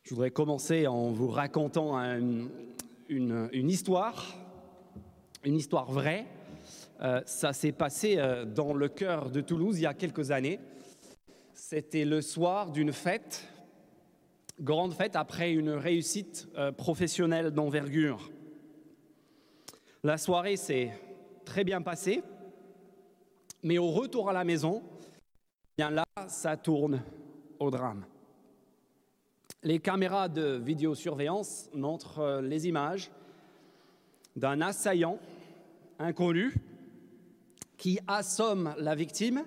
Je voudrais commencer en vous racontant une histoire vraie. Ça s'est passé dans le cœur de Toulouse il y a quelques années. C'était le soir d'une fête, grande fête après une réussite professionnelle d'envergure. La soirée s'est très bien passée, mais au retour à la maison, bien là, ça tourne au drame. Les caméras de vidéosurveillance montrent les images d'un assaillant inconnu qui assomme la victime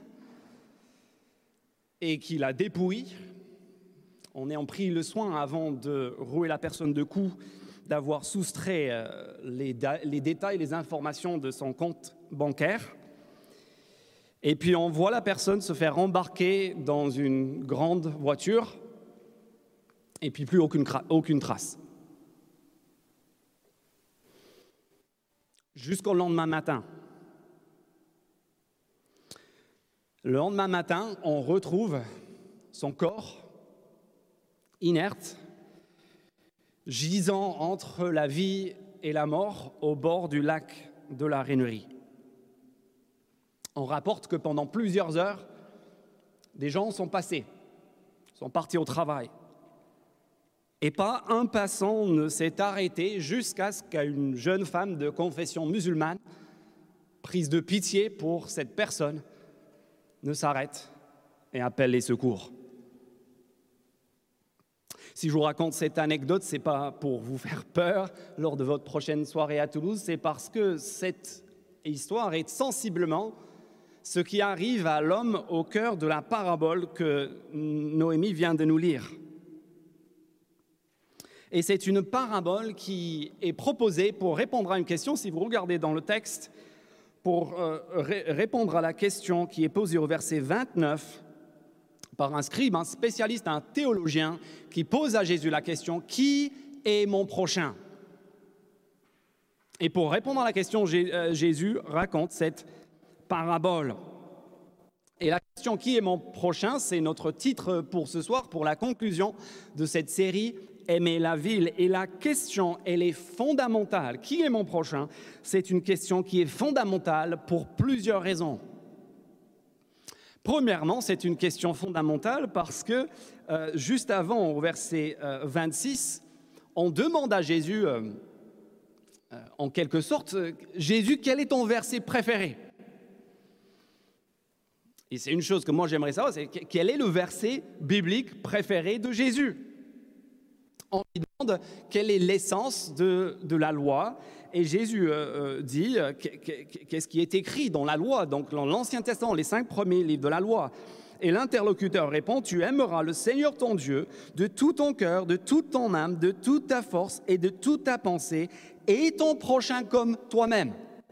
et qui la dépouille. On a pris le soin, avant de rouer la personne de coups, d'avoir soustrait les détails, les informations de son compte bancaire. Et puis on voit la personne se faire embarquer dans une grande voiture et puis plus aucune trace. Jusqu'au lendemain matin. Le lendemain matin, on retrouve son corps inerte, gisant entre la vie et la mort au bord du lac de la Rainerie. On rapporte que pendant plusieurs heures, des gens sont partis au travail. Et pas un passant ne s'est arrêté jusqu'à ce qu'une jeune femme de confession musulmane, prise de pitié pour cette personne, ne s'arrête et appelle les secours. Si je vous raconte cette anecdote, ce n'est pas pour vous faire peur lors de votre prochaine soirée à Toulouse, c'est parce que cette histoire est sensiblement ce qui arrive à l'homme au cœur de la parabole que Noémie vient de nous lire. Et c'est une parabole qui est proposée pour répondre à une question, si vous regardez dans le texte, pour répondre à la question qui est posée au verset 29 par un scribe, un spécialiste, un théologien, qui pose à Jésus la question « Qui est mon prochain ?» Et pour répondre à la question, Jésus raconte cette parabole. Et la question « Qui est mon prochain ?» c'est notre titre pour ce soir, pour la conclusion de cette série « Aimer la ville ». Et la question, elle est fondamentale. Qui est mon prochain? C'est une question qui est fondamentale pour plusieurs raisons. Premièrement, c'est une question fondamentale parce que juste avant, au verset 26, on demande à Jésus, en quelque sorte, « Jésus, quel est ton verset préféré ?» Et c'est une chose que moi j'aimerais savoir, c'est quel est le verset biblique préféré de Jésus? On lui demande quelle est l'essence de la loi, et Jésus dit qu'est-ce qui est écrit dans la loi, donc dans l'Ancien Testament, les 5 premiers livres de la loi. Et l'interlocuteur répond: tu aimeras le Seigneur ton Dieu de tout ton cœur, de toute ton âme, de toute ta force et de toute ta pensée, et ton prochain comme toi-même.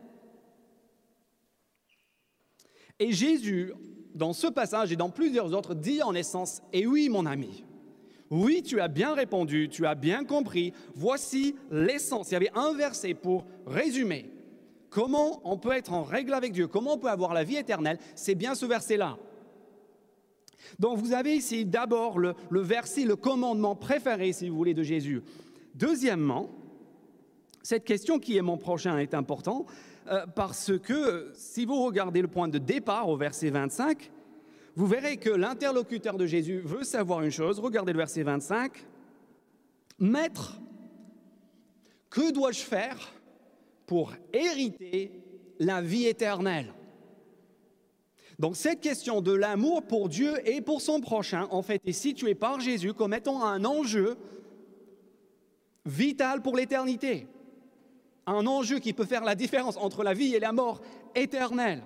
Et Jésus, dans ce passage et dans plusieurs autres, dit en essence: et oui, mon ami, oui, tu as bien répondu, tu as bien compris, voici l'essence. Il y avait un verset pour résumer comment on peut être en règle avec Dieu, comment on peut avoir la vie éternelle, c'est bien ce verset-là. Donc vous avez ici d'abord le verset, le commandement préféré, si vous voulez, de Jésus. Deuxièmement, cette question qui est mon prochain est importante parce que si vous regardez le point de départ au verset 25, vous verrez que l'interlocuteur de Jésus veut savoir une chose. Regardez le verset 25. « Maître, que dois-je faire pour hériter la vie éternelle ?» Donc cette question de l'amour pour Dieu et pour son prochain, en fait, est située par Jésus comme étant un enjeu vital pour l'éternité. Un enjeu qui peut faire la différence entre la vie et la mort éternelle.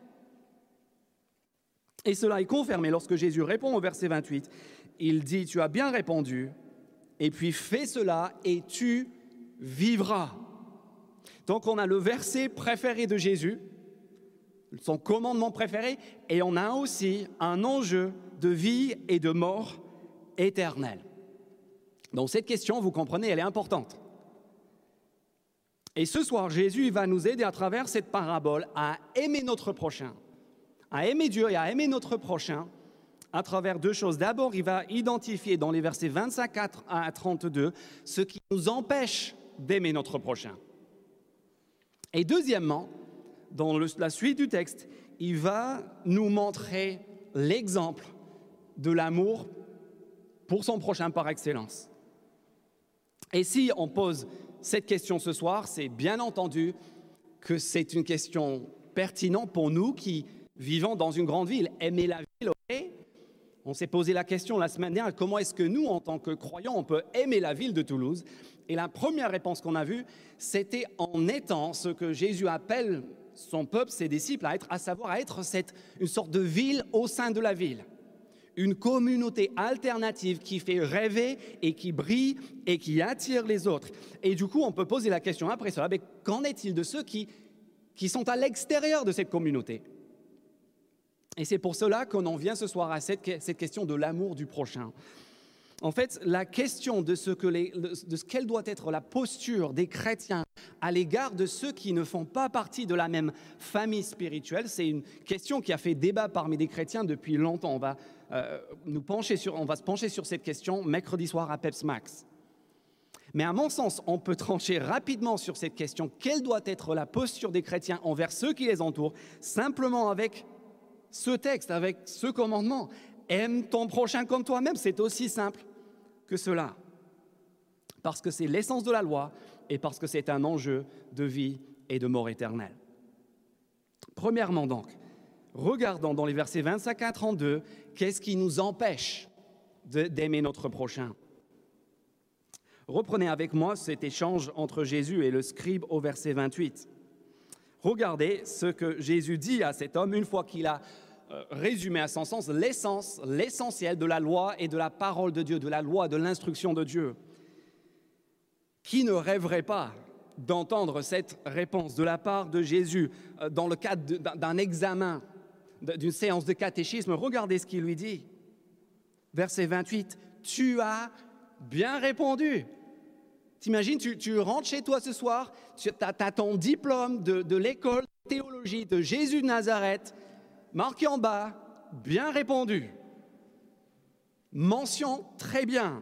Et cela est confirmé lorsque Jésus répond au verset 28. Il dit: tu as bien répondu, et puis fais cela et tu vivras. Donc on a le verset préféré de Jésus, son commandement préféré, et on a aussi un enjeu de vie et de mort éternelle. Donc cette question, vous comprenez, elle est importante. Et ce soir, Jésus va nous aider à travers cette parabole à aimer notre prochain, à aimer Dieu et à aimer notre prochain à travers deux choses. D'abord, il va identifier dans les versets 25 à 32 ce qui nous empêche d'aimer notre prochain. Et deuxièmement, dans la suite du texte, il va nous montrer l'exemple de l'amour pour son prochain par excellence. Et si on pose cette question ce soir, c'est bien entendu que c'est une question pertinente pour nous qui vivons dans une grande ville. Aimer la ville, ok? On s'est posé la question la semaine dernière, comment est-ce que nous, en tant que croyants, on peut aimer la ville de Toulouse? Et la première réponse qu'on a vue, c'était en étant ce que Jésus appelle son peuple, ses disciples, à être, à savoir à être une sorte de ville au sein de la ville. Une communauté alternative qui fait rêver et qui brille et qui attire les autres. Et du coup, on peut poser la question après cela, mais qu'en est-il de ceux qui sont à l'extérieur de cette communauté? Et c'est pour cela qu'on en vient ce soir à cette question de l'amour du prochain. En fait, la question de ce quelle doit être la posture des chrétiens à l'égard de ceux qui ne font pas partie de la même famille spirituelle, c'est une question qui a fait débat parmi les chrétiens depuis longtemps. On va se pencher sur cette question mercredi soir à Peps Max. Mais à mon sens, on peut trancher rapidement sur cette question. Quelle doit être la posture des chrétiens envers ceux qui les entourent, simplement avec ce texte, avec ce commandement? Aime ton prochain comme toi-même, c'est aussi simple que cela. Parce que c'est l'essence de la loi et parce que c'est un enjeu de vie et de mort éternelle. Premièrement donc, regardons dans les versets 25 à 32, qu'est-ce qui nous empêche d'aimer notre prochain? Reprenez avec moi cet échange entre Jésus et le scribe au verset 28. Regardez ce que Jésus dit à cet homme une fois qu'il a résumé à son sens l'essentiel de la loi et de la parole de Dieu, de la loi, de l'instruction de Dieu. Qui ne rêverait pas d'entendre cette réponse de la part de Jésus dans le cadre d'un examen, d'une séance de catéchisme? Regardez ce qu'il lui dit. Verset 28, « Tu as bien répondu ». T'imagines, tu rentres chez toi ce soir, tu as ton diplôme de l'école de théologie de Jésus de Nazareth, marqué en bas, bien répondu. Mention très bien.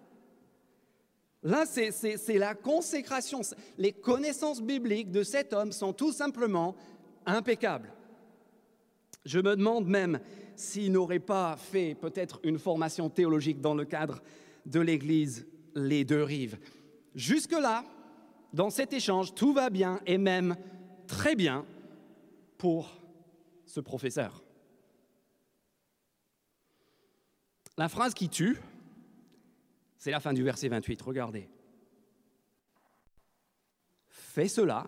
Là, c'est la consécration. Les connaissances bibliques de cet homme sont tout simplement impeccables. Je me demande même s'il n'aurait pas fait peut-être une formation théologique dans le cadre de l'Église Les Deux Rives. Jusque-là, dans cet échange, tout va bien et même très bien pour ce professeur. La phrase qui tue, c'est la fin du verset 28. Regardez. Fais cela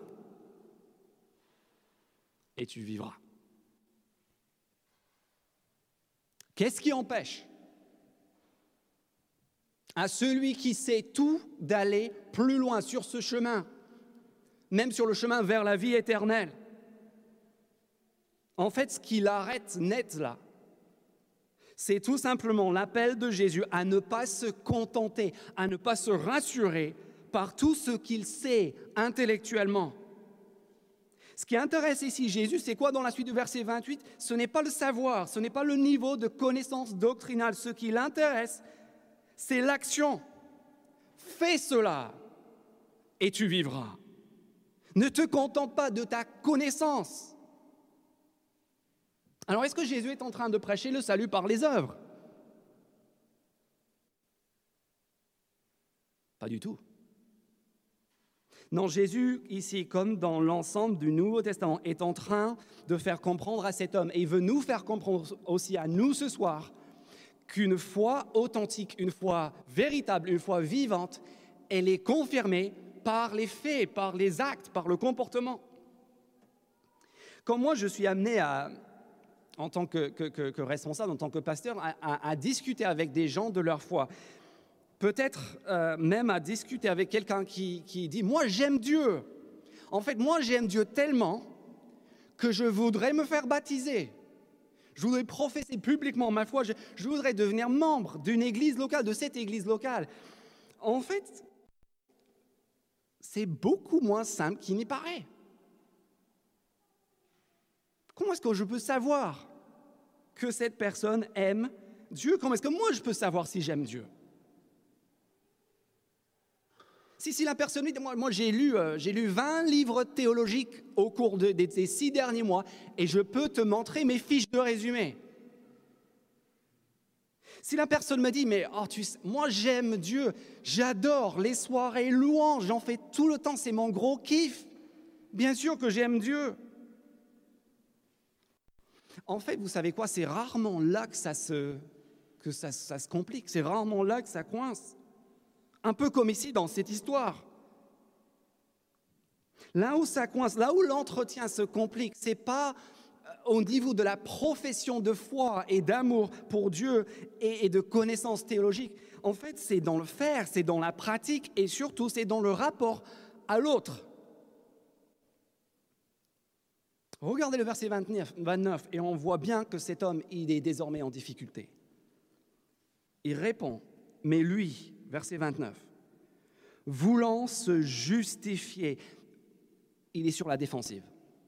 et tu vivras. Qu'est-ce qui empêche à celui qui sait tout d'aller plus loin sur ce chemin, même sur le chemin vers la vie éternelle? En fait, ce qui l'arrête net là, c'est tout simplement l'appel de Jésus à ne pas se contenter, à ne pas se rassurer par tout ce qu'il sait intellectuellement. Ce qui intéresse ici Jésus, c'est quoi dans la suite du verset 28? Ce n'est pas le savoir, ce n'est pas le niveau de connaissance doctrinale. Ce qui l'intéresse, c'est l'action. Fais cela et tu vivras. Ne te contente pas de ta connaissance. Alors, est-ce que Jésus est en train de prêcher le salut par les œuvres? Pas du tout. Non, Jésus, ici, comme dans l'ensemble du Nouveau Testament, est en train de faire comprendre à cet homme, et il veut nous faire comprendre aussi à nous ce soir, qu'une foi authentique, une foi véritable, une foi vivante, elle est confirmée par les faits, par les actes, par le comportement. Quand moi, je suis amené en tant que responsable, en tant que pasteur, à discuter avec des gens de leur foi. Peut-être même à discuter avec quelqu'un qui dit « Moi, j'aime Dieu. En fait, moi, j'aime Dieu tellement que je voudrais me faire baptiser. Je voudrais professer publiquement ma foi. Je voudrais devenir membre d'une église locale, de cette église locale. » En fait, c'est beaucoup moins simple qu'il n'y paraît. Comment est-ce que je peux savoir que cette personne aime Dieu, comment est-ce que moi je peux savoir si j'aime Dieu? Si la personne dit, moi j'ai lu 20 livres théologiques au cours des 6 derniers mois et je peux te montrer mes fiches de résumé. Si la personne me dit, mais moi j'aime Dieu, j'adore les soirées louanges, j'en fais tout le temps, c'est mon gros kiff. Bien sûr que j'aime Dieu. En fait, vous savez quoi, c'est rarement là que ça se complique, c'est rarement là que ça coince. Un peu comme ici dans cette histoire. Là où ça coince, là où l'entretien se complique, ce n'est pas au niveau de la profession de foi et d'amour pour Dieu et de connaissances théologiques. En fait, c'est dans le faire, c'est dans la pratique et surtout, c'est dans le rapport à l'autre. Regardez le verset 29 et on voit bien que cet homme, il est désormais en difficulté. Il répond, mais lui, verset 29, voulant se justifier, il est sur la défensive.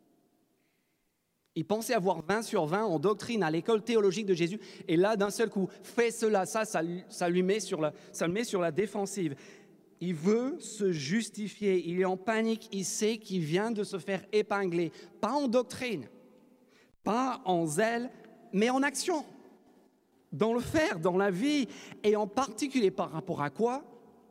Il pensait avoir 20 sur 20 en doctrine à l'école théologique de Jésus, et là, d'un seul coup, fait cela, ça le met sur la défensive. Il veut se justifier, il est en panique, il sait qu'il vient de se faire épingler, pas en doctrine, pas en zèle, mais en action, dans le faire, dans la vie, et en particulier par rapport à quoi?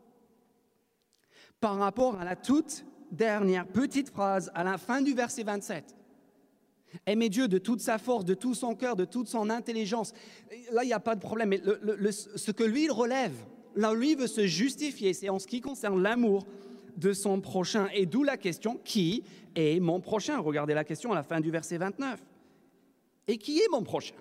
Par rapport à la toute dernière petite phrase à la fin du verset 27. Aimer Dieu de toute sa force, de tout son cœur, de toute son intelligence. Là, il n'y a pas de problème. Mais ce que lui, il relève, là, lui veut se justifier, c'est en ce qui concerne l'amour de son prochain. Et d'où la question, qui est mon prochain? Regardez la question à la fin du verset 29. Et qui est mon prochain?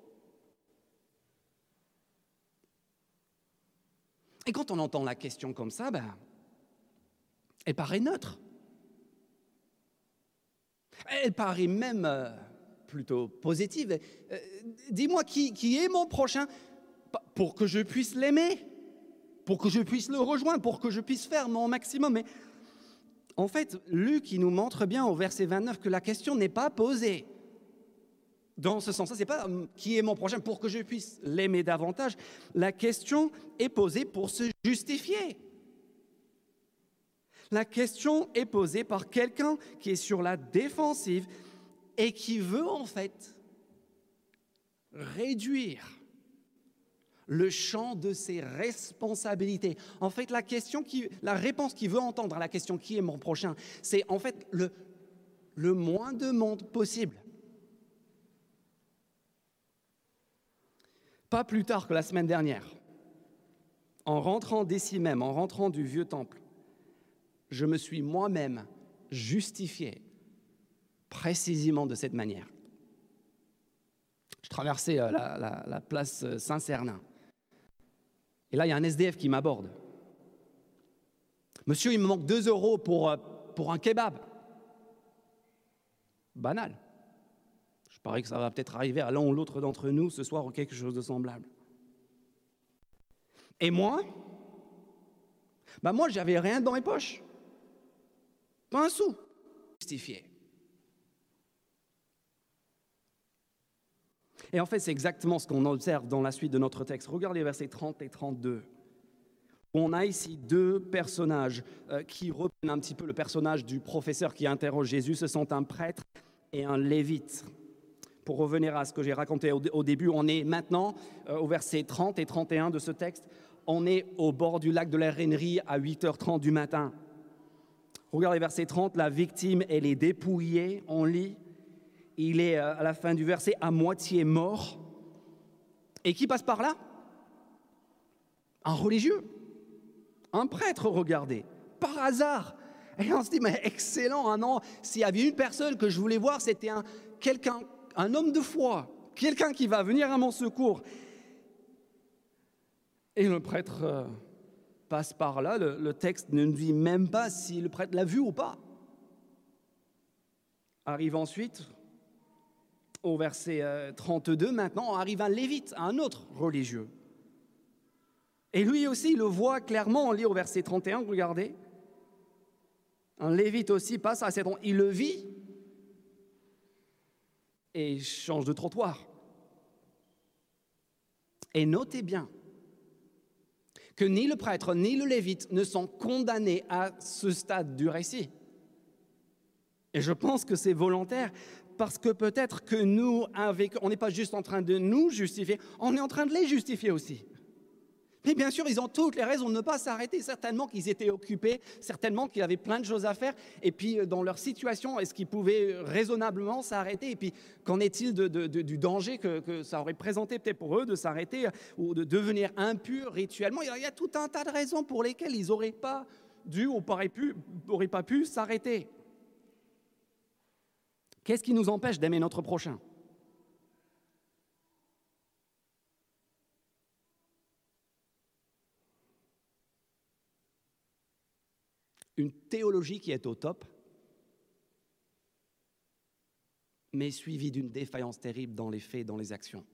Et quand on entend la question comme ça, elle paraît neutre. Elle paraît même plutôt positive. Dis-moi qui est mon prochain pour que je puisse l'aimer, pour que je puisse le rejoindre, pour que je puisse faire mon maximum. Mais en fait, Luc, il nous montre bien au verset 29 que la question n'est pas posée. Dans ce sens-là, ce n'est pas qui est mon prochain pour que je puisse l'aimer davantage. La question est posée pour se justifier. La question est posée par quelqu'un qui est sur la défensive et qui veut en fait réduire le champ de ses responsabilités. En fait, la réponse qu'il veut entendre à la question qui est mon prochain, c'est en fait le moins de monde possible. Pas plus tard que la semaine dernière, en rentrant d'ici même, en rentrant du vieux temple, je me suis moi-même justifié précisément de cette manière. Je traversais la place Saint-Cernin. Et là, il y a un SDF qui m'aborde. Monsieur, il me manque 2 € pour un kebab. Banal. Je parie que ça va peut-être arriver à l'un ou l'autre d'entre nous ce soir ou quelque chose de semblable. Et moi, moi, j'avais rien dans mes poches. Pas un sou. Justifié. Et en fait, c'est exactement ce qu'on observe dans la suite de notre texte. Regardez les versets 30 et 32. On a ici 2 personnages qui reprennent un petit peu le personnage du professeur qui interroge Jésus. Ce sont un prêtre et un lévite. Pour revenir à ce que j'ai raconté au début, on est maintenant au verset 30 et 31 de ce texte. On est au bord du lac de la Rainerie à 8h30 du matin. Regardez verset 30, la victime, elle est dépouillée, on lit. Il est à la fin du verset à moitié mort. Et qui passe par là? Un religieux, un prêtre, regardez, par hasard. Et on se dit, mais excellent, hein, non? S'il y avait une personne que je voulais voir, c'était un homme de foi, quelqu'un qui va venir à mon secours. Et le prêtre passe par là, le texte ne nous dit même pas si le prêtre l'a vu ou pas. Arrive ensuite, au verset 32, maintenant, arrive un lévite, un autre religieux. Et lui aussi, il le voit clairement, on lit au verset 31, regardez. Un lévite aussi passe à cet endroit, il le vit et il change de trottoir. Et notez bien que ni le prêtre ni le lévite ne sont condamnés à ce stade du récit. Et je pense que c'est volontaire, parce que peut-être que nous, on n'est pas juste en train de nous justifier, on est en train de les justifier aussi. Mais bien sûr, ils ont toutes les raisons de ne pas s'arrêter. Certainement qu'ils étaient occupés, certainement qu'ils avaient plein de choses à faire. Et puis, dans leur situation, est-ce qu'ils pouvaient raisonnablement s'arrêter? Et puis, qu'en est-il du danger que ça aurait présenté peut-être pour eux de s'arrêter ou de devenir impurs rituellement? Il y a tout un tas de raisons pour lesquelles ils n'auraient pas dû ou n'auraient pas pu s'arrêter. Qu'est-ce qui nous empêche d'aimer notre prochain? Une théologie qui est au top, mais suivie d'une défaillance terrible dans les faits, dans les actions.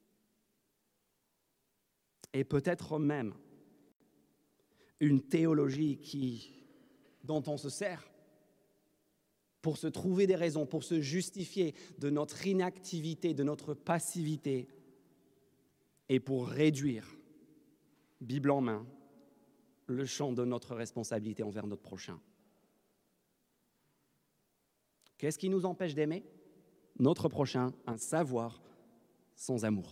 Et peut-être même une théologie dont on se sert pour se trouver des raisons, pour se justifier de notre inactivité, de notre passivité, et pour réduire, Bible en main, le champ de notre responsabilité envers notre prochain. Qu'est-ce qui nous empêche d'aimer notre prochain? Un savoir sans amour.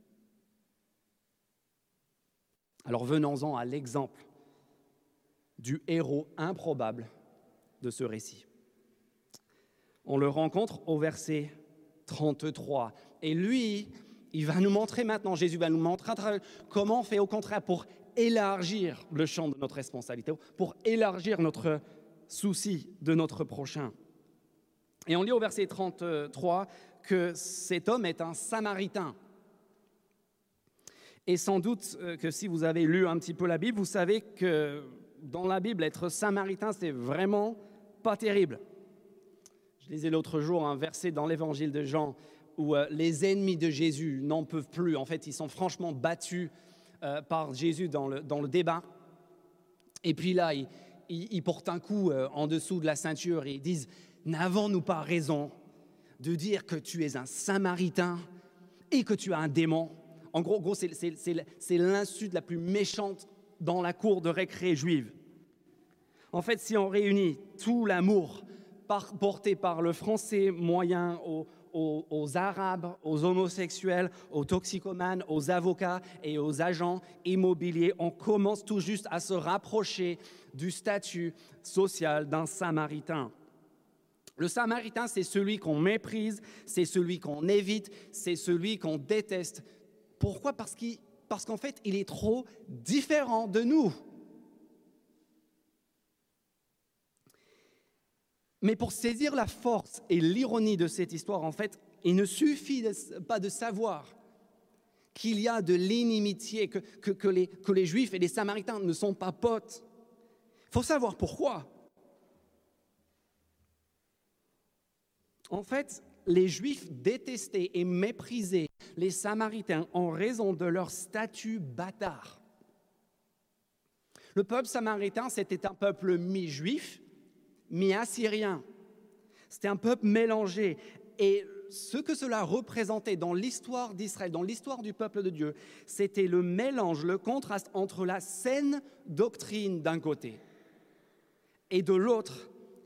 Alors venons-en à l'exemple du héros improbable de ce récit. On le rencontre au verset 33. Et lui, il va nous montrer maintenant, Jésus va nous montrer comment on fait au contraire pour élargir le champ de notre responsabilité, pour élargir notre souci de notre prochain. Et on lit au verset 33 que cet homme est un Samaritain. Et sans doute que si vous avez lu un petit peu la Bible, vous savez que dans la Bible, être Samaritain, c'est vraiment pas terrible. Je lisais l'autre jour un verset dans l'évangile de Jean où les ennemis de Jésus n'en peuvent plus. En fait, ils sont franchement battus par Jésus dans le débat. Et puis là, ils portent un coup en dessous de la ceinture et ils disent « N'avons-nous pas raison de dire que tu es un Samaritain et que tu as un démon ?» En gros, c'est l'insulte la plus méchante dans la cour de récré juive. En fait, si on réunit tout l'amour porté par le français moyen aux Arabes, aux homosexuels, aux toxicomanes, aux avocats et aux agents immobiliers, on commence tout juste à se rapprocher du statut social d'un Samaritain. Le Samaritain, c'est celui qu'on méprise, c'est celui qu'on évite, c'est celui qu'on déteste. Pourquoi? Parce qu'en fait, il est trop différent de nous. Mais pour saisir la force et l'ironie de cette histoire, en fait, il ne suffit pas de savoir qu'il y a de l'inimitié, que les Juifs et les Samaritains ne sont pas potes. Il faut savoir pourquoi. En fait, les Juifs détestaient et méprisaient les Samaritains en raison de leur statut bâtard. Le peuple samaritain, c'était un peuple mi-juif, mi-assyrien. C'était un peuple mélangé. Et ce que cela représentait dans l'histoire d'Israël, dans l'histoire du peuple de Dieu, c'était le mélange, le contraste entre la saine doctrine d'un côté et de l'autre,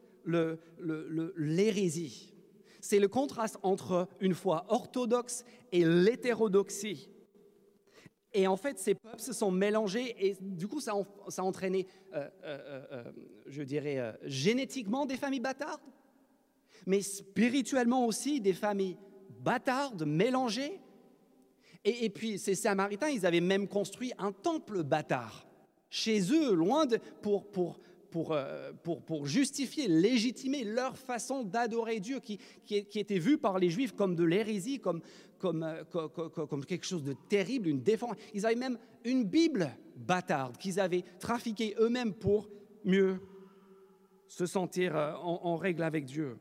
l'hérésie. C'est le contraste entre une foi orthodoxe et l'hétérodoxie. Et en fait, ces peuples se sont mélangés et du coup, ça a entraîné, génétiquement des familles bâtardes, mais spirituellement aussi des familles bâtardes, mélangées. Et puis, ces Samaritains, ils avaient même construit un temple bâtard chez eux, loin de, pour justifier, légitimer leur façon d'adorer Dieu qui était vue par les Juifs comme de l'hérésie, comme quelque chose de terrible, une défense. Ils avaient même une Bible bâtarde qu'ils avaient trafiquée eux-mêmes pour mieux se sentir en règle avec Dieu.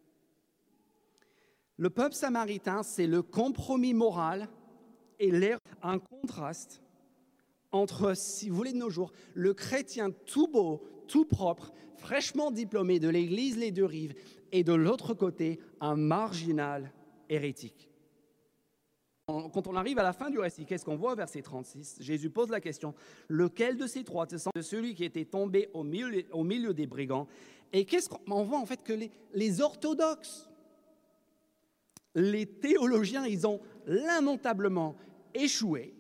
Le peuple samaritain, c'est le compromis moral et un contraste entre, si vous voulez de nos jours, le chrétien tout beau, tout propre, fraîchement diplômé de l'église Les Deux Rives, et de l'autre côté, un marginal hérétique. Quand on arrive à la fin du récit, qu'est-ce qu'on voit? Verset 36, Jésus pose la question, lequel de ces trois te semble celui qui était tombé au milieu des brigands? Et qu'est-ce qu'on voit en fait? Que les orthodoxes, les théologiens, ils ont lamentablement échoué.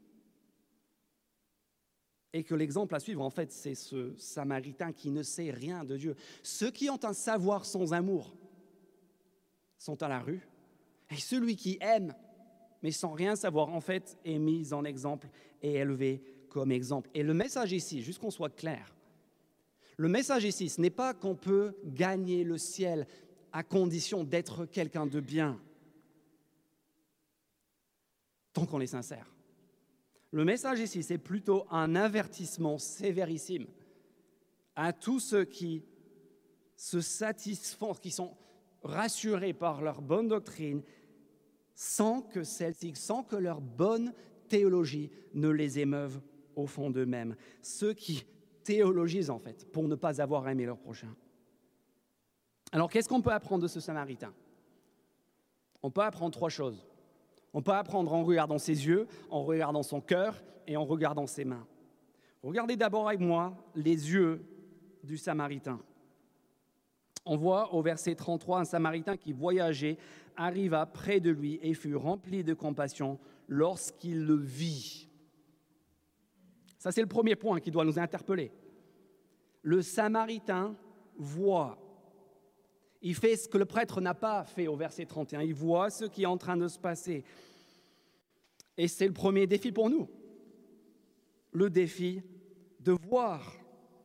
Et que l'exemple à suivre, en fait, c'est ce Samaritain qui ne sait rien de Dieu. Ceux qui ont un savoir sans amour sont à la rue. Et celui qui aime, mais sans rien savoir, en fait, est mis en exemple et élevé comme exemple. Et le message ici, juste qu'on soit clair, le message ici, ce n'est pas qu'on peut gagner le ciel à condition d'être quelqu'un de bien, tant qu'on est sincère. Le message ici, c'est plutôt un avertissement sévérissime à tous ceux qui se satisfont, qui sont rassurés par leur bonne doctrine, sans que leur bonne théologie ne les émeuve au fond d'eux-mêmes. Ceux qui théologisent, en fait, pour ne pas avoir aimé leur prochain. Alors, qu'est-ce qu'on peut apprendre de ce Samaritain? On peut apprendre trois choses. On peut apprendre en regardant ses yeux, en regardant son cœur et en regardant ses mains. Regardez d'abord avec moi les yeux du Samaritain. On voit au verset 33 un Samaritain qui voyageait, arriva près de lui et fut rempli de compassion lorsqu'il le vit. Ça, c'est le premier point qui doit nous interpeller. Le Samaritain voit. Il fait ce que le prêtre n'a pas fait au verset 31. Il voit ce qui est en train de se passer. Et c'est le premier défi pour nous. Le défi de voir.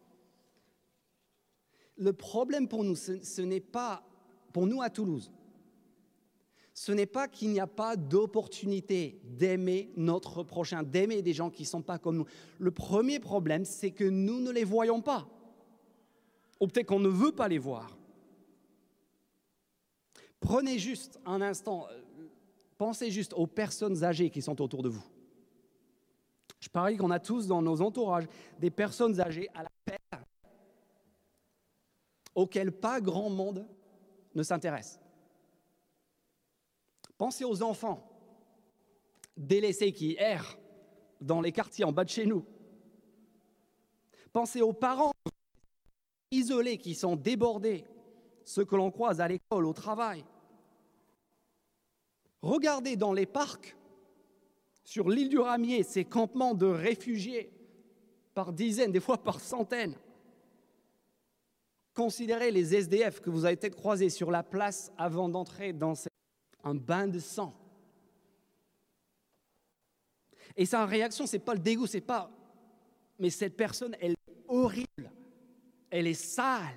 Le problème pour nous, ce n'est pas, pour nous à Toulouse, ce n'est pas qu'il n'y a pas d'opportunité d'aimer notre prochain, d'aimer des gens qui ne sont pas comme nous. Le premier problème, c'est que nous ne les voyons pas. Ou peut-être qu'on ne veut pas les voir. Prenez juste un instant, pensez juste aux personnes âgées qui sont autour de vous. Je parie qu'on a tous dans nos entourages des personnes âgées à la peine auxquelles pas grand monde ne s'intéresse. Pensez aux enfants délaissés qui errent dans les quartiers en bas de chez nous. Pensez aux parents isolés qui sont débordés, ceux que l'on croise à l'école, au travail. Regardez dans les parcs, sur l'île du Ramier, ces campements de réfugiés par dizaines, des fois par centaines. Considérez les SDF que vous avez peut-être croisés sur la place avant d'entrer dans un bain de sang. Et sa réaction, ce n'est pas le dégoût, c'est pas... Mais cette personne, elle est horrible, elle est sale.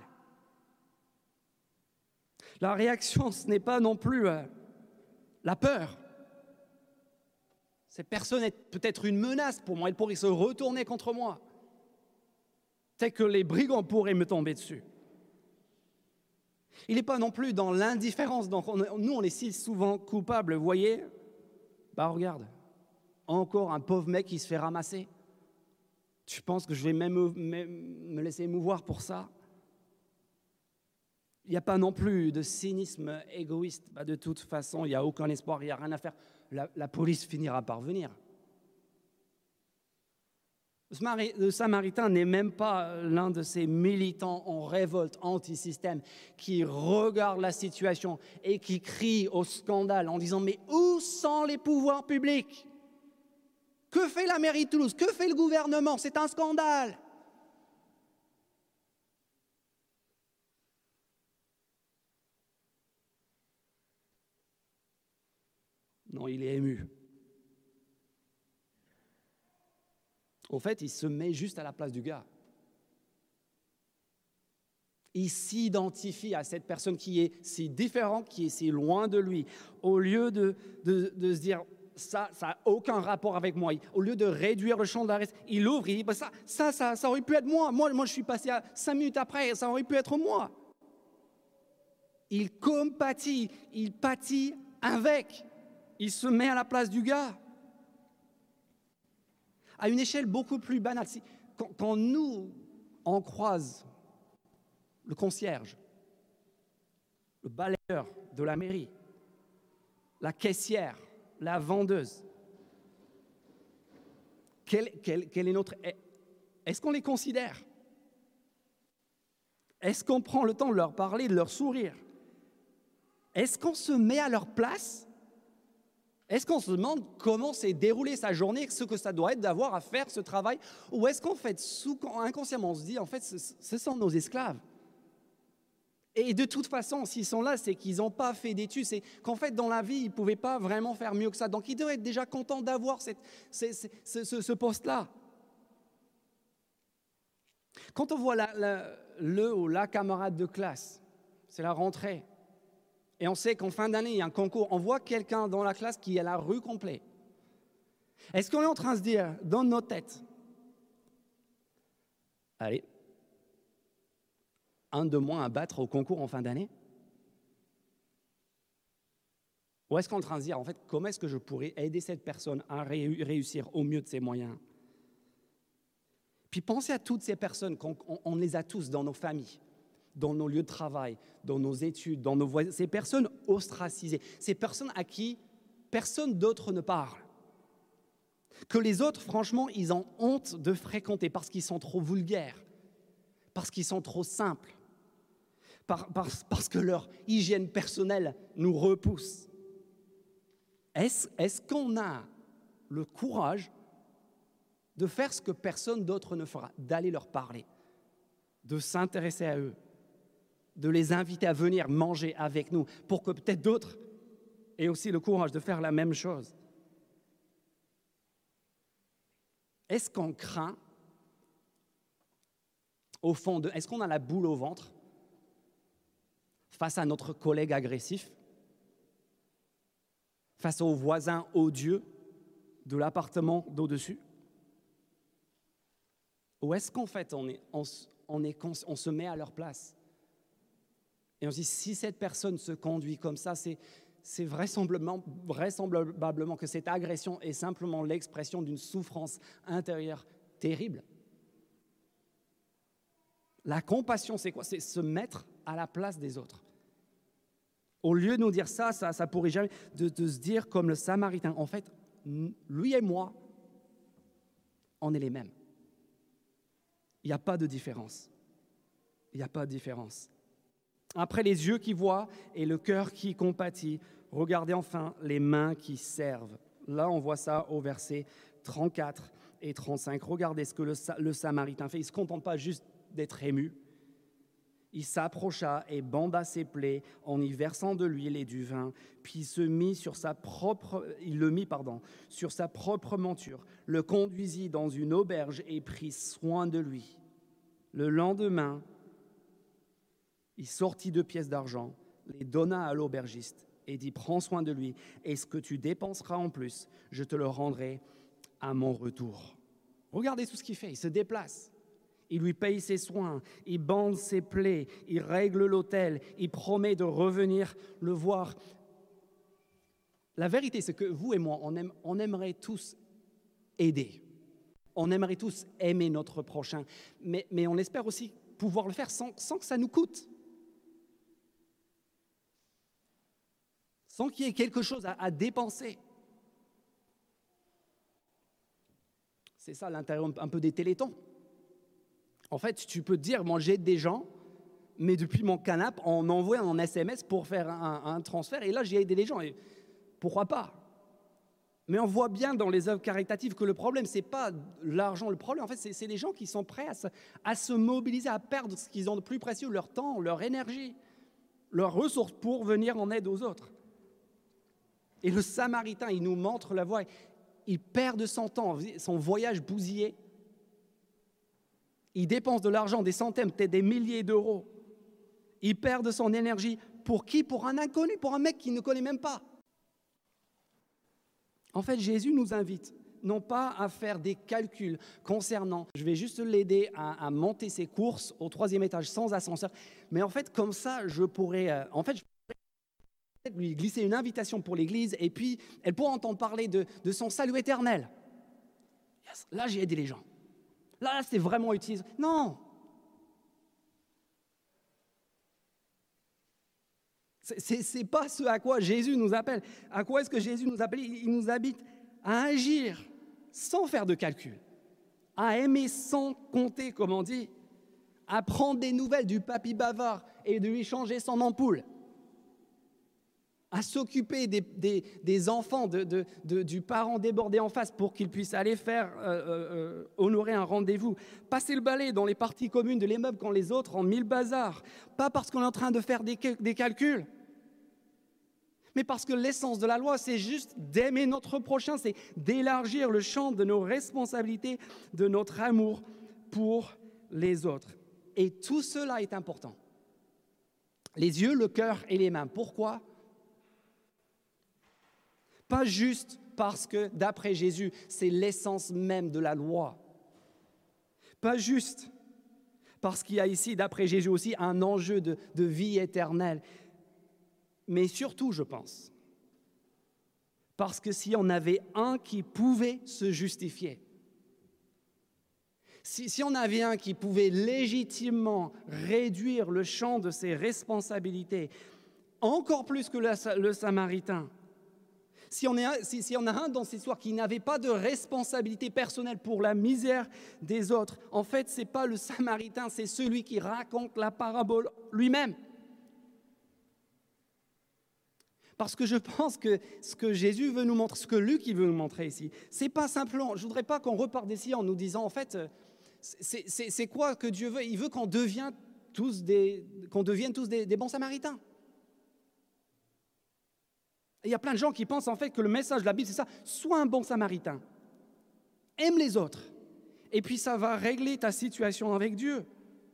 La réaction, ce n'est pas non plus la peur. Cette personne est peut-être une menace pour moi, elle pourrait se retourner contre moi. C'est que les brigands pourraient me tomber dessus. Il n'est pas non plus dans l'indifférence. Donc nous, on est si souvent coupables, vous voyez. Bah regarde, encore un pauvre mec qui se fait ramasser. Tu penses que je vais même me laisser émouvoir pour ça? Il n'y a pas non plus de cynisme égoïste. Bah, de toute façon, il n'y a aucun espoir, il n'y a rien à faire. La police finira par venir. Le Samaritain n'est même pas l'un de ces militants en révolte anti-système qui regarde la situation et qui crie au scandale en disant « Mais où sont les pouvoirs publics? Que fait la mairie de Toulouse? Que fait le gouvernement? C'est un scandale !» Non, il est ému. Au fait, il se met juste à la place du gars. Il s'identifie à cette personne qui est si différente, qui est si loin de lui. Au lieu de se dire, ça n'a aucun rapport avec moi. Au lieu de réduire le champ d'arrêt, il ouvre, il dit, bah, ça aurait pu être moi. Moi, je suis passé à 5 minutes après, ça aurait pu être moi. Il compatit, il pâtit avec. Il se met à la place du gars. À une échelle beaucoup plus banale. Quand nous, on croise le concierge, le balayeur de la mairie, la caissière, la vendeuse. Quel est notre... Est-ce qu'on les considère? Est-ce qu'on prend le temps de leur parler, de leur sourire? Est-ce qu'on se met à leur place? Est-ce qu'on se demande comment s'est déroulée sa journée, ce que ça doit être d'avoir à faire ce travail? Ou est-ce qu'en fait, inconsciemment, on se dit, en fait, ce sont nos esclaves? Et de toute façon, s'ils sont là, c'est qu'ils n'ont pas fait d'études, c'est qu'en fait, dans la vie, ils ne pouvaient pas vraiment faire mieux que ça. Donc, ils doivent être déjà contents d'avoir ce poste-là. Quand on voit le ou la camarade de classe, c'est la rentrée, et on sait qu'en fin d'année, il y a un concours, on voit quelqu'un dans la classe qui a la rue complète. Est-ce qu'on est en train de se dire, dans nos têtes, allez, un de moins à battre au concours en fin d'année? Ou est-ce qu'on est en train de se dire, en fait, comment est-ce que je pourrais aider cette personne à réussir au mieux de ses moyens? Puis pensez à toutes ces personnes, on les a tous dans nos familles, dans nos lieux de travail, dans nos études, dans nos voisins, ces personnes ostracisées, ces personnes à qui personne d'autre ne parle, que les autres, franchement, ils ont honte de fréquenter parce qu'ils sont trop vulgaires, parce qu'ils sont trop simples, parce que leur hygiène personnelle nous repousse. Est-ce qu'on a le courage de faire ce que personne d'autre ne fera, d'aller leur parler, de s'intéresser à eux, de les inviter à venir manger avec nous, pour que peut-être d'autres aient aussi le courage de faire la même chose? Est-ce qu'on craint, au fond, est-ce qu'on a la boule au ventre face à notre collègue agressif, face au voisin odieux de l'appartement d'au-dessus? Ou est-ce qu'en fait, on se met à leur place et on se dit, si cette personne se conduit comme ça, c'est vraisemblablement que cette agression est simplement l'expression d'une souffrance intérieure terrible. La compassion, c'est quoi? C'est se mettre à la place des autres. Au lieu de nous dire ça pourrait jamais, de se dire comme le Samaritain, en fait, lui et moi, on est les mêmes. Il n'y a pas de différence. Il n'y a pas de différence. Après les yeux qui voient et le cœur qui compatit, regardez enfin les mains qui servent. Là, on voit ça au verset 34 et 35. Regardez ce que le Samaritain fait. Il ne se contente pas juste d'être ému. Il s'approcha et banda ses plaies en y versant de l'huile et du vin, puis il le mit sur sa propre monture, le conduisit dans une auberge et prit soin de lui. Le lendemain, il sortit 2 pièces d'argent, les donna à l'aubergiste et dit, prends soin de lui, et ce que tu dépenseras en plus, je te le rendrai à mon retour. Regardez tout ce qu'il fait, il se déplace. Il lui paye ses soins, il bande ses plaies, il règle l'hôtel, il promet de revenir le voir. La vérité, c'est que vous et moi, on aimerait tous aider. On aimerait tous aimer notre prochain, mais on espère aussi pouvoir le faire sans que ça nous coûte. Sans qu'il y ait quelque chose à dépenser. C'est ça l'intérêt un peu des télétons. En fait, tu peux te dire, moi j'aide des gens, mais depuis mon canapé, on envoie un SMS pour faire un transfert, et là j'ai aidé les gens. Et pourquoi pas? Mais on voit bien dans les œuvres caritatives que le problème, ce n'est pas l'argent. Le problème, en fait, c'est les gens qui sont prêts à se mobiliser, à perdre ce qu'ils ont de plus précieux, leur temps, leur énergie, leurs ressources pour venir en aide aux autres. Et le Samaritain, il nous montre la voie. Il perd de son temps, son voyage bousillé. Il dépense de l'argent, des centaines, peut-être des milliers d'euros. Il perd de son énergie. Pour qui? Pour un inconnu, pour un mec qu'il ne connaît même pas. En fait, Jésus nous invite, non pas à faire des calculs concernant, je vais juste l'aider à monter ses courses au 3e étage sans ascenseur, mais en fait, comme ça, je pourrais peut-être lui glisser une invitation pour l'église, et puis elle pourra entendre parler de son salut éternel. Yes, là, j'ai aidé les gens. Là, c'est vraiment utile. Non. C'est pas ce à quoi Jésus nous appelle. À quoi est-ce que Jésus nous appelle? Il nous invite à agir sans faire de calcul, à aimer sans compter, comme on dit, à prendre des nouvelles du papy bavard et de lui changer son ampoule, à s'occuper des enfants du parent débordé en face pour qu'il puisse aller honorer un rendez-vous, passer le balai dans les parties communes de l'immeuble quand les autres ont mis le bazar, pas parce qu'on est en train de faire des calculs, mais parce que l'essence de la loi, c'est juste d'aimer notre prochain, c'est d'élargir le champ de nos responsabilités, de notre amour pour les autres. Et tout cela est important. Les yeux, le cœur et les mains. Pourquoi ? Pas juste parce que, d'après Jésus, c'est l'essence même de la loi. Pas juste parce qu'il y a ici, d'après Jésus aussi, un enjeu de vie éternelle. Mais surtout, je pense, parce que si on avait un qui pouvait se justifier, si on avait un qui pouvait légitimement réduire le champ de ses responsabilités, encore plus que le Samaritain, si on a un dans cette histoire qui n'avait pas de responsabilité personnelle pour la misère des autres, en fait, ce n'est pas le Samaritain, c'est celui qui raconte la parabole lui-même. Parce que je pense que ce que Jésus veut nous montrer, ce que Luc veut nous montrer ici, c'est pas simplement, je ne voudrais pas qu'on reparte d'ici en nous disant, en fait, c'est quoi que Dieu veut ? Il veut qu'on devienne tous des bons Samaritains. Et il y a plein de gens qui pensent en fait que le message de la Bible, c'est ça, sois un bon Samaritain, aime les autres, et puis ça va régler ta situation avec Dieu.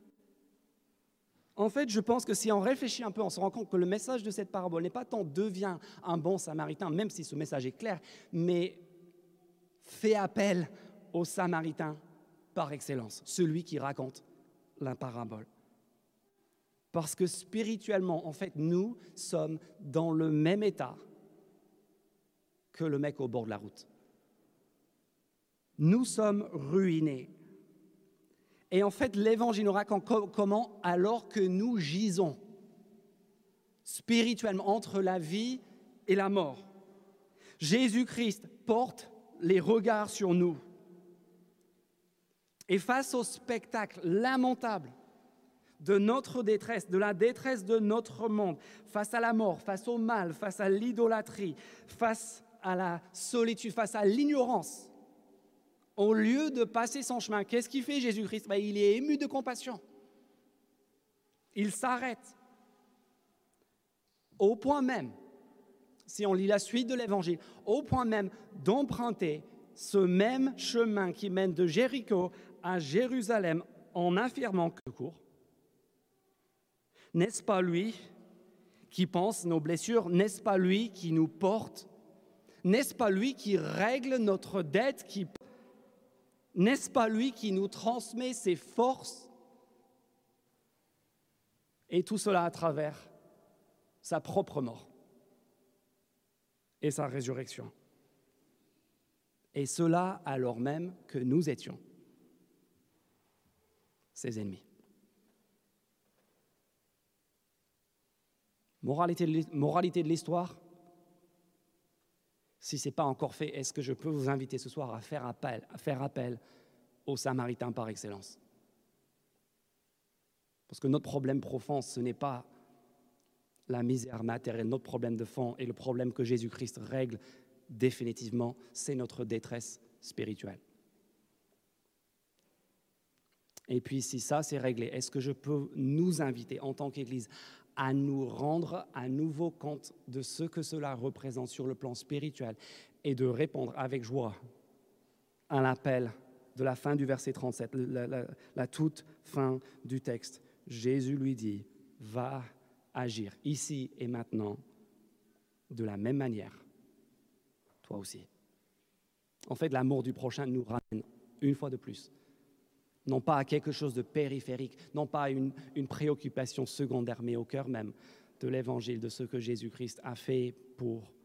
En fait, je pense que si on réfléchit un peu, on se rend compte que le message de cette parabole n'est pas tant « deviens un bon Samaritain », même si ce message est clair, mais fais appel au Samaritain par excellence, celui qui raconte la parabole. Parce que spirituellement, en fait, nous sommes dans le même état que le mec au bord de la route. Nous sommes ruinés. Et en fait, l'Évangile nous raconte comment, alors que nous gisons spirituellement entre la vie et la mort, Jésus-Christ porte les regards sur nous. Et face au spectacle lamentable de notre détresse, de la détresse de notre monde, face à la mort, face au mal, face à l'idolâtrie, face à la solitude, face à l'ignorance, au lieu de passer son chemin, qu'est-ce qu'il fait Jésus-Christ ? Il est ému de compassion. Il s'arrête. Au point même, si on lit la suite de l'Évangile, au point même d'emprunter ce même chemin qui mène de Jéricho à Jérusalem en affirmant que court. N'est-ce pas lui qui pense nos blessures ? N'est-ce pas lui qui nous porte ? N'est-ce pas lui qui règle notre dette ? N'est-ce pas lui qui nous transmet ses forces? Et tout cela à travers sa propre mort et sa résurrection. Et cela alors même que nous étions ses ennemis. Moralité de l'histoire, si ce n'est pas encore fait, est-ce que je peux vous inviter ce soir à faire appel aux Samaritains par excellence? Parce que notre problème profond, ce n'est pas la misère matérielle. Notre problème de fond et le problème que Jésus-Christ règle définitivement, c'est notre détresse spirituelle. Et puis, si ça, c'est réglé, est-ce que je peux nous inviter en tant qu'Église à nous rendre à nouveau compte de ce que cela représente sur le plan spirituel et de répondre avec joie à l'appel de la fin du verset 37, la toute fin du texte. Jésus lui dit, va agir ici et maintenant de la même manière, toi aussi. En fait, l'amour du prochain nous ramène une fois de plus, non pas à quelque chose de périphérique, non pas à une préoccupation secondaire, mais au cœur même de l'Évangile, de ce que Jésus-Christ a fait pour